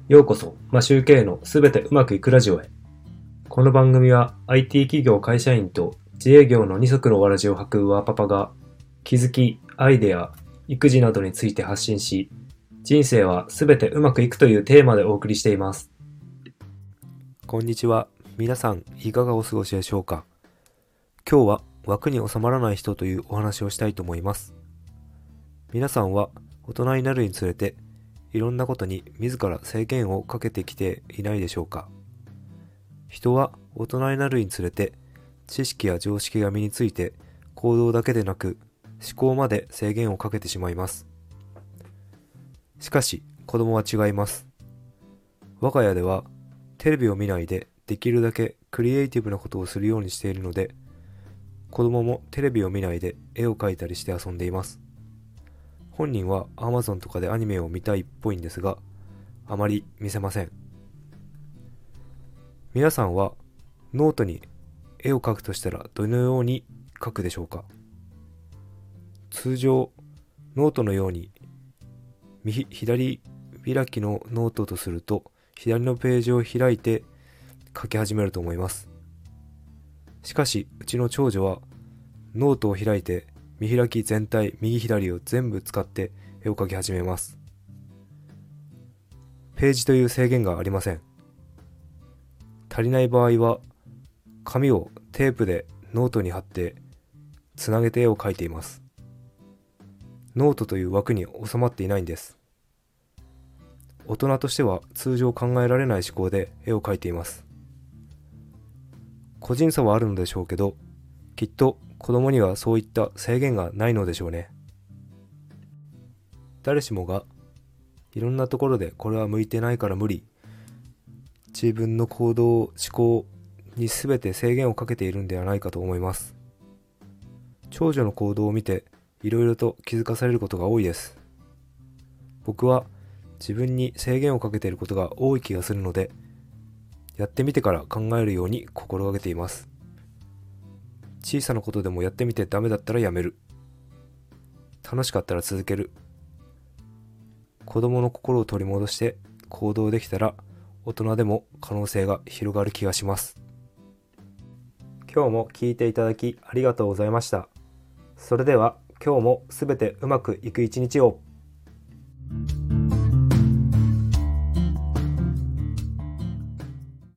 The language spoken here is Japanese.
ようこそ、マシューケイのすべてうまくいくラジオへ。この番組は IT 企業会社員と自営業の二足のわらじを履くワーパパが気づき、アイデア、育児などについて発信し、人生はすべてうまくいくというテーマでお送りしています。 こんにちは。皆さんいかがお過ごしでしょうか。今日は枠に収まらない人というお話をしたいと思います。皆さんは大人になるにつれていろんなことに自ら制限をかけてきていないでしょうか。人は大人になるにつれて知識や常識が身について行動だけでなく思考まで制限をかけてしまいます。しかし子供は違います。我が家ではテレビを見ないでできるだけクリエイティブなことをするようにしているので、子供もテレビを見ないで絵を描いたりして遊んでいます。本人は Amazon とかでアニメを見たいっぽいんですが、あまり見せません。皆さんはノートに絵を描くとしたらどのように描くでしょうか。通常ノートのように左開きのノートとすると、左のページを開いて書き始めると思います。しかしうちの長女はノートを開いて見開き全体右左を全部使って絵を描き始めます。ページという制限がありません。足りない場合は紙をテープでノートに貼ってつなげて絵を描いています。ノートという枠に収まっていないんです。大人としては通常考えられない思考で絵を描いています。個人差はあるのでしょうけど、きっと子供にはそういった制限がないのでしょうね。誰しもがいろんなところでこれは向いてないから無理、自分の行動思考に全て制限をかけているんではないかと思います。長女の行動を見ていろいろと気づかされることが多いです。僕は自分に制限をかけていることが多い気がするので、やってみてから考えるように心がけています。小さなことでもやってみてダメだったらやめる。楽しかったら続ける。子供の心を取り戻して行動できたら、大人でも可能性が広がる気がします。 今日も聞いていただきありがとうございました。それでは今日もすべてうまくいく一日を。